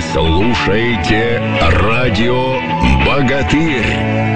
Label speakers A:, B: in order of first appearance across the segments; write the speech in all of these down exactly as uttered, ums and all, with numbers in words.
A: слушаете радио «Богатырь».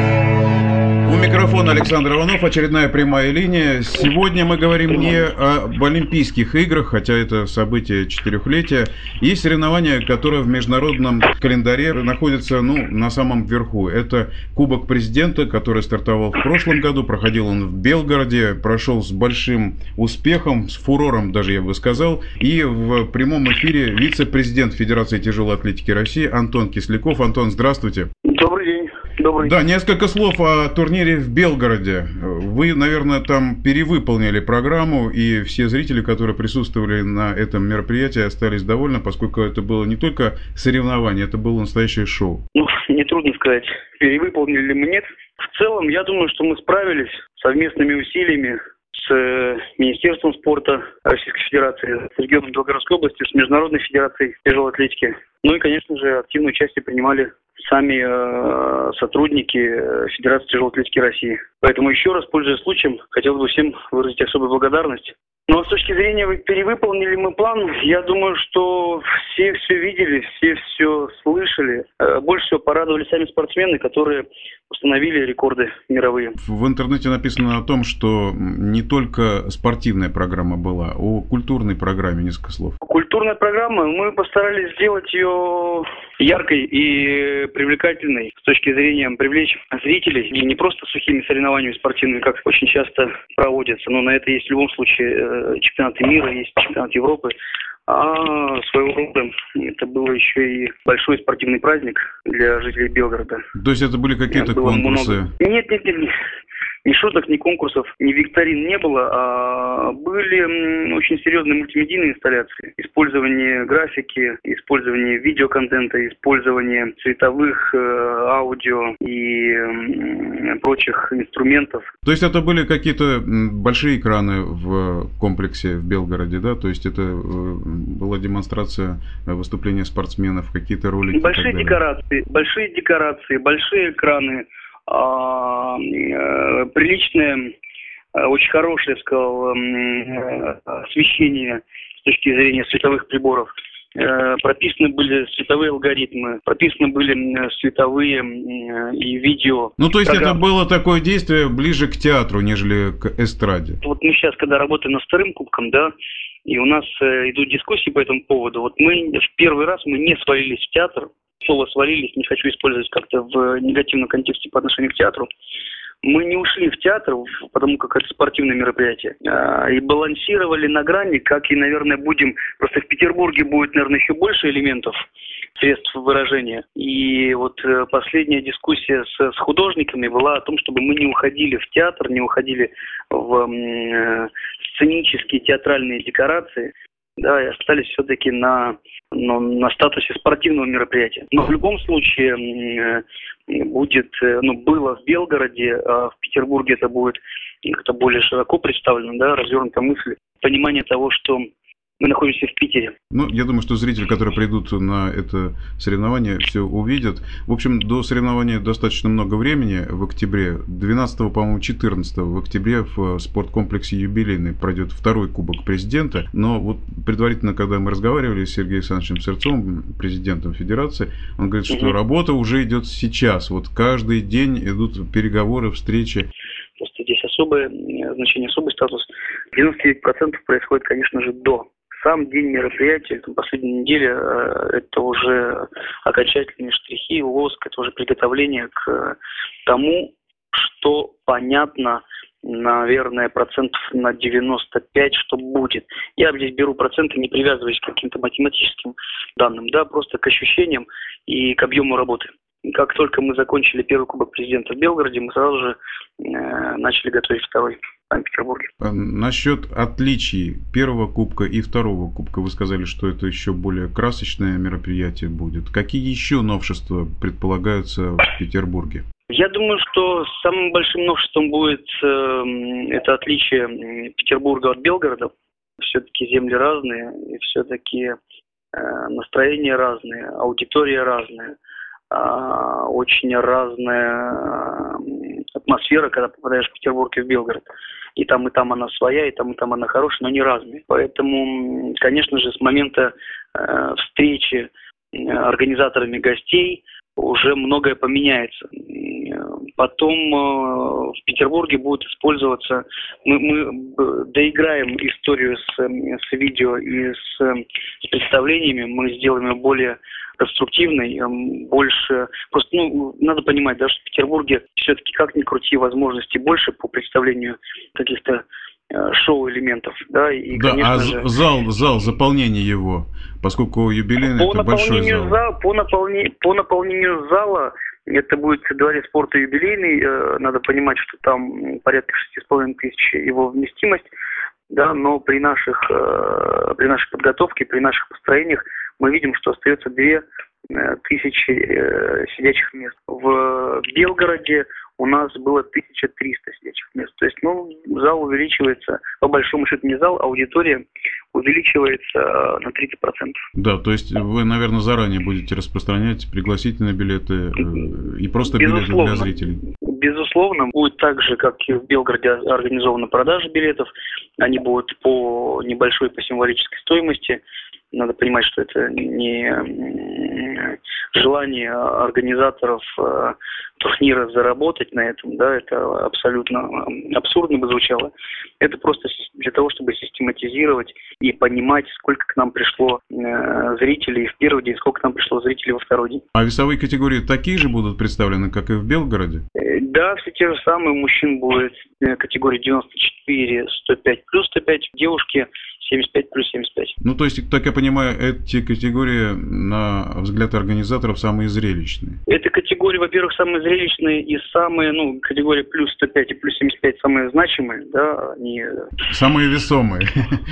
B: У микрофона Александр Иванов, очередная прямая линия. Сегодня мы говорим не об Олимпийских играх, хотя это событие четырехлетия. Есть соревнования, которые в международном календаре находятся ну, на самом верху. Это Кубок Президента, который стартовал в прошлом году, проходил он в Белгороде, прошел с большим успехом, с фурором даже, я бы сказал. И в прямом эфире вице-президент Федерации тяжелой атлетики России Антон Кисляков. Антон, здравствуйте.
C: Добрый день. Добрый.
B: Да, несколько слов о турнире в Белгороде. Вы, наверное, там перевыполнили программу, и все зрители, которые присутствовали на этом мероприятии, остались довольны, поскольку это было не только соревнование, это было настоящее шоу.
C: Ну, нетрудно сказать, перевыполнили ли мы, нет. В целом, я думаю, что мы справились совместными усилиями с Министерством спорта Российской Федерации, с регионом Белгородской области, с Международной Федерацией тяжелой атлетики. Ну и, конечно же, активное участие принимали сами э, сотрудники Федерации тяжелой атлетики России. Поэтому еще раз, пользуясь случаем, хотел бы всем выразить особую благодарность. Но с точки зрения, перевыполнили мы план, я думаю, что все все видели, все все слышали. Больше всего порадовали сами спортсмены, которые установили рекорды мировые.
B: В интернете написано о том, что не только спортивная программа была, о культурной программе несколько слов.
C: Культурная программа, мы постарались сделать ее яркой и привлекательной с точки зрения привлечь зрителей. И не просто сухими соревнованиями спортивными, как очень часто проводятся, но на это есть в любом случае чемпионаты мира, есть чемпионат Европы. А своего рода это было еще и большой спортивный праздник для жителей Белгорода.
B: То есть это были какие-то было конкурсы?
C: Много... Нет, нет, нет. Ни шуток, ни конкурсов, ни викторин не было, а были очень серьезные мультимедийные инсталляции. Использование графики, использование видеоконтента, использование цветовых, аудио и прочих инструментов.
B: То есть это были какие-то большие экраны в комплексе в Белгороде, да? То есть это была демонстрация выступления спортсменов, какие-то ролики?
C: Большие декорации, большие декорации, большие экраны. А, э, приличное, очень хорошее, я сказал, э, освещение с точки зрения световых приборов. Э, прописаны были световые алгоритмы, прописаны были световые э, и видео.
B: Ну, то есть
C: программы.
B: Это было такое действие ближе к театру, нежели к эстраде?
C: Вот мы сейчас, когда работаем над вторым кубком, да, и у нас э, идут дискуссии по этому поводу, вот мы в первый раз мы не свалились в театр. Слово «свалились» не хочу использовать как-то в негативном контексте по отношению к театру. Мы не ушли в театр, потому как это спортивное мероприятие, и балансировали на грани, как и, наверное, будем... Просто в Петербурге будет, наверное, еще больше элементов, средств выражения. И вот последняя дискуссия с, с художниками была о том, чтобы мы не уходили в театр, не уходили в э, сценические театральные декорации, да, и остались все-таки на, на, на статусе спортивного мероприятия. Но в любом случае э, будет, э, ну, было в Белгороде, а в Петербурге это будет как-то более широко представлено, да, развернута мысль, понимание того, что мы находимся в Питере.
B: Ну, я думаю, что зрители, которые придут на это соревнование, все увидят. В общем, до соревнования достаточно много времени. В октябре, двенадцатого, по-моему, четырнадцатого в октябре в спорткомплексе «Юбилейный» пройдет второй Кубок Президента. Но вот предварительно, когда мы разговаривали с Сергеем Александровичем Сырцовым, президентом Федерации, он говорит, что угу. работа уже идет сейчас. Вот каждый день идут переговоры, встречи.
C: Просто здесь особое значение, особый статус. девяносто девять процентов происходит, конечно же, до. Сам день мероприятия, последняя неделя, это уже окончательные штрихи, лоск, это уже приготовление к тому, что понятно, наверное, процентов на девяносто пять, что будет. Я здесь беру проценты, не привязываясь к каким-то математическим данным, да, просто к ощущениям и к объему работы. Как только мы закончили первый Кубок Президента в Белгороде, мы сразу же э, начали готовить второй в Санкт-Петербурге.
B: Насчет отличий первого Кубка и второго Кубка, вы сказали, что это еще более красочное мероприятие будет. Какие еще новшества предполагаются в Петербурге?
C: Я думаю, что самым большим новшеством будет э, это отличие Петербурга от Белгорода. Все-таки земли разные, и все-таки э, настроения разные, аудитория разная. Очень разная атмосфера, когда попадаешь в Петербург и в Белгород. И там, и там она своя, и там, и там она хорошая, но не разные. Поэтому, конечно же, с момента э, встречи организаторами гостей, уже многое поменяется. Потом э, в Петербурге будет использоваться, мы, мы доиграем историю с, с видео и с, с представлениями, мы сделаем ее более конструктивной, больше, просто, ну, надо понимать, да, что в Петербурге все-таки как ни крути, возможностей больше по представлению каких-то шоу-элементов, да, и,
B: да,
C: конечно
B: а
C: же...
B: зал, зал, заполнение его, поскольку юбилейный, это большой зал.
C: зал по, наполне, по наполнению зала, это будет дворец спорта юбилейный, надо понимать, что там порядка шесть с половиной тысяч его вместимость, да, но при наших, при нашей подготовке, при наших построениях мы видим, что остается две тысячи сидячих мест. В Белгороде у нас было тысяча триста сидячих мест. То есть, ну, зал увеличивается, по большому счету не зал, аудитория увеличивается на тридцать процентов.
B: Да, то есть вы, наверное, заранее будете распространять пригласительные билеты и просто билеты для зрителей.
C: Безусловно, будет так же, как и в Белгороде организована продажа билетов. Они будут по небольшой, по символической стоимости. Надо понимать, что это не желание организаторов турнира заработать на этом, да, это абсолютно абсурдно бы звучало. Это просто для того, чтобы систематизировать и понимать, сколько к нам пришло зрителей в первый день, сколько к нам пришло зрителей во второй день.
B: А весовые категории такие же будут представлены, как и в Белгороде?
C: Да, все те же самые. Мужчин будет категория девяносто четыре сто пять плюс сто пять, девушки семьдесят пять плюс семьдесят пять.
B: Ну, то есть, так я понимаю, эти категории, на взгляд организаторов, самые зрелищные?
C: Эти категории, во-первых, самые зрелищные и самые, ну, категории плюс сто пять и плюс семьдесят пять самые значимые, да, они...
B: Самые весомые.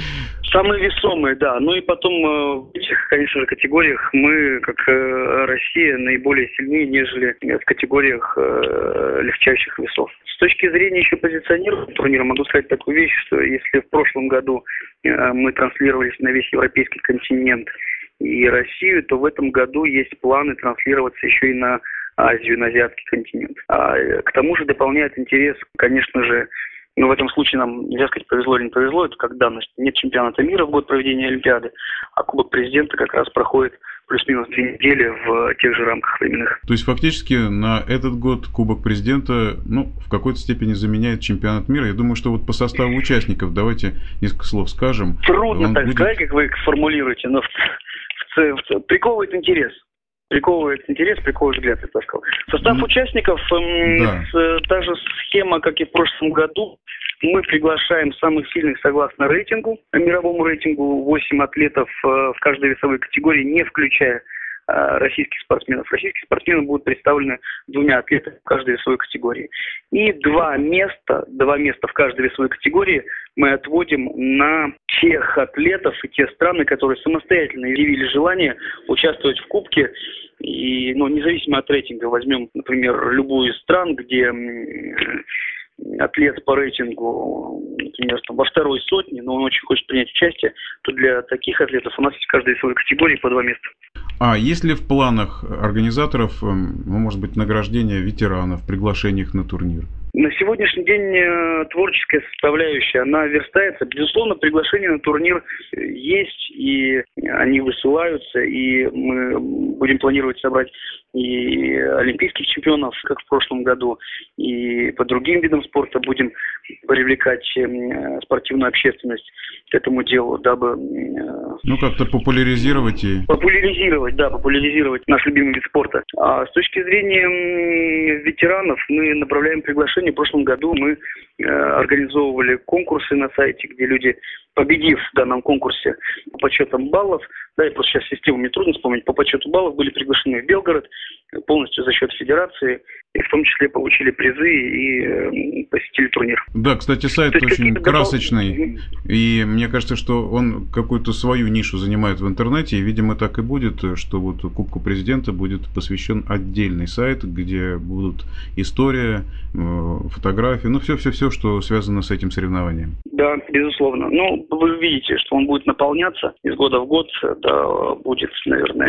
C: Самые весомые, да. Ну и потом в этих, конечно же, категориях мы, как Россия, наиболее сильнее, нежели в категориях легчайших весов. С точки зрения еще позиционирования турнира могу сказать такую вещь, что если в прошлом году мы транслировались на весь европейский континент и Россию, то в этом году есть планы транслироваться еще и на Азию, на азиатский континент. А к тому же дополняет интерес, конечно же, ну, в этом случае нам нельзя сказать, повезло или не повезло, это как данность. Нет чемпионата мира в год проведения Олимпиады, а Кубок Президента как раз проходит плюс-минус две недели в тех же рамках временных.
B: То есть фактически на этот год Кубок Президента, ну, в какой-то степени заменяет чемпионат мира. Я думаю, что вот по составу участников, давайте несколько слов скажем.
C: Трудно так будет... сказать, как вы формулируете, но в, в, в, приковывает интерес. Приковывает интерес, приковывает взгляд, я так сказал. Состав mm. участников, эм,
B: да.
C: с, та же схема, как и в прошлом году. Мы приглашаем самых сильных согласно рейтингу, мировому рейтингу, восемь атлетов э, в каждой весовой категории, не включая э, российских спортсменов. Российские спортсмены будут представлены двумя атлетами в каждой весовой категории. И два места, два места в каждой весовой категории мы отводим на тех атлетов и те страны, которые самостоятельно изъявили желание участвовать в Кубке. И, ну, независимо от рейтинга, возьмем, например, любую из стран, где атлет по рейтингу, например, там, во второй сотне, но он очень хочет принять участие, то для таких атлетов у нас есть в каждой своей категории по два места.
B: А есть ли в планах организаторов, ну, может быть, награждение ветеранов, приглашение их на турнир?
C: На сегодняшний день творческая составляющая, она верстается. Безусловно, приглашения на турнир есть, и они высылаются, и мы будем планировать собрать и олимпийских чемпионов, как в прошлом году, и по другим видам спорта будем привлекать спортивную общественность к этому делу, дабы...
B: Ну, как-то популяризировать и...
C: Популяризировать, да, популяризировать наш любимый вид спорта. А с точки зрения ветеранов мы направляем приглашение. В прошлом году мы э, организовывали конкурсы на сайте, где люди, победив в данном конкурсе по подсчетам баллов, да, и просто сейчас систему мне трудно вспомнить, по подсчету баллов были приглашены в Белгород полностью за счет федерации, и в том числе получили призы и э, посетили турнир.
B: Да, кстати, сайт очень красочный, и мне кажется, что он какую-то свою нишу занимает в интернете, и, видимо, так и будет, что вот Кубку Президента будет посвящен отдельный сайт, где будут история, фотографии, ну, все-все-все, что связано с этим соревнованием.
C: Да, безусловно. Ну, вы видите, что он будет наполняться из года в год, да, будет, наверное,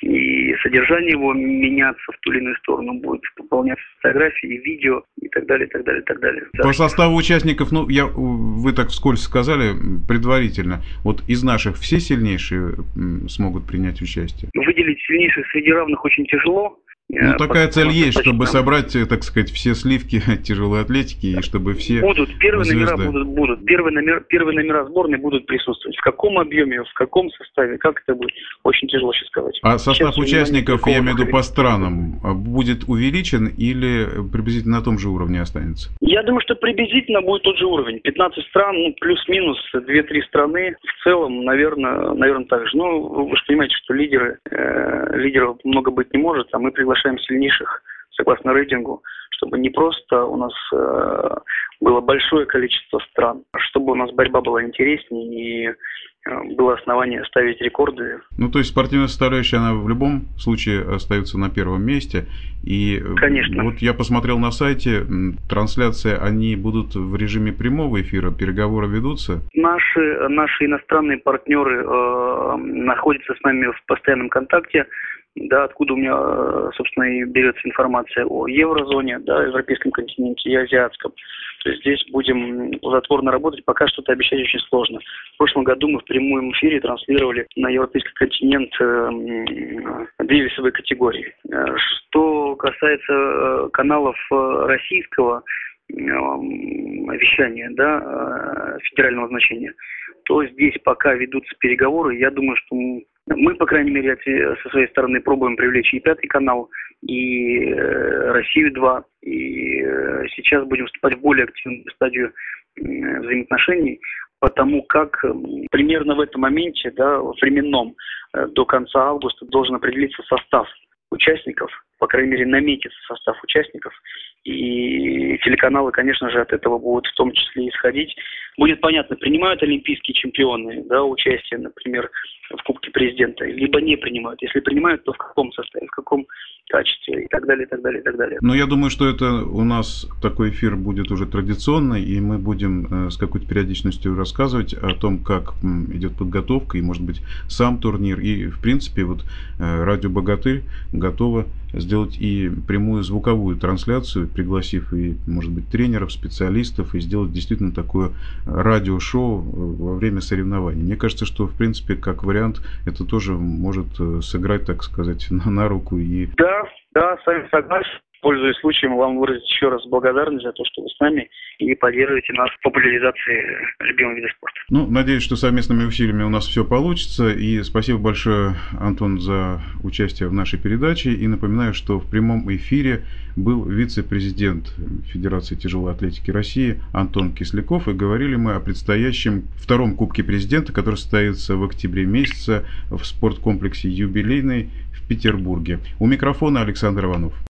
C: и содержание его меняться в ту или иную сторону, будет пополняться фотографии, видео и так далее, и так далее, и так далее.
B: По составу участников, ну, я, вы так вскользь сказали предварительно, вот из наших все сильнейшие смогут принять участие?
C: Выделить сильнейших среди равных очень тяжело.
B: Ну, такая цель есть, чтобы собрать, так сказать, все сливки тяжелой атлетики, и чтобы все
C: будут, первые
B: звезды...
C: номера будут, будут. Первые, номер, первые номера сборной будут присутствовать. В каком объеме, в каком составе, как это будет, очень тяжело сейчас сказать.
B: А состав
C: сейчас
B: участников, я имею в виду по странам, будет увеличен или приблизительно на том же уровне останется?
C: Я думаю, что приблизительно будет тот же уровень. пятнадцать стран, ну, плюс-минус две-три страны. В целом, наверное, наверное так же. Ну, вы же понимаете, что лидеры, э, лидеров много быть не может, а мы приглашаем сильнейших согласно рейтингу, чтобы не просто у нас э, было большое количество стран, а чтобы у нас борьба была интереснее и э, было основание ставить рекорды.
B: Ну, то есть спортивная составляющая, она в любом случае остается на первом месте. И
C: конечно.
B: Вот я посмотрел на сайте, трансляции, они будут в режиме прямого эфира, переговоры ведутся?
C: Наши, наши иностранные партнеры э, находятся с нами в постоянном контакте. Да, откуда у меня, собственно, и берется информация о еврозоне, да, европейском континенте и азиатском. То есть здесь будем плодотворно работать, пока что-то обещать очень сложно. В прошлом году мы в прямом эфире транслировали на европейский континент две весовые категории. Что касается каналов российского вещания, да, федерального значения, то здесь пока ведутся переговоры. Я думаю, что мы, по крайней мере, со своей стороны пробуем привлечь и Пятый канал, и Россию-два. И сейчас будем вступать в более активную стадию взаимоотношений, потому как примерно в этом моменте, да, временном, до конца августа должен определиться состав участников, по крайней мере, наметится состав участников. И телеканалы, конечно же, от этого будут в том числе исходить. Будет понятно, принимают олимпийские чемпионы, да, участие, например, в Кубке Президента, либо не принимают. Если принимают, то в каком составе, в каком качестве и так далее, и так далее, и так далее.
B: Но я думаю, что это у нас такой эфир будет уже традиционный, и мы будем с какой-то периодичностью рассказывать о том, как идет подготовка, и, может быть, сам турнир. И, в принципе, вот радио «Богатырь» готово сделать и прямую звуковую трансляцию, пригласив и, может быть, тренеров, специалистов, и сделать действительно такое радиошоу во время соревнований. Мне кажется, что, в принципе, как вариант, это тоже может сыграть, так сказать, на, на руку. И...
C: Да, да, с вами согласен. Пользуясь случаем, вам выразить еще раз благодарность за то, что вы с нами и поддерживаете нас в популяризации любимого вида спорта.
B: Ну, надеюсь, что совместными усилиями у нас все получится. И спасибо большое, Антон, за участие в нашей передаче. И напоминаю, что в прямом эфире был вице-президент Федерации тяжелой атлетики России Антон Кисляков. И говорили мы о предстоящем втором Кубке Президента, который состоится в октябре месяце в спорткомплексе «Юбилейный» в Петербурге. У микрофона Александр Иванов.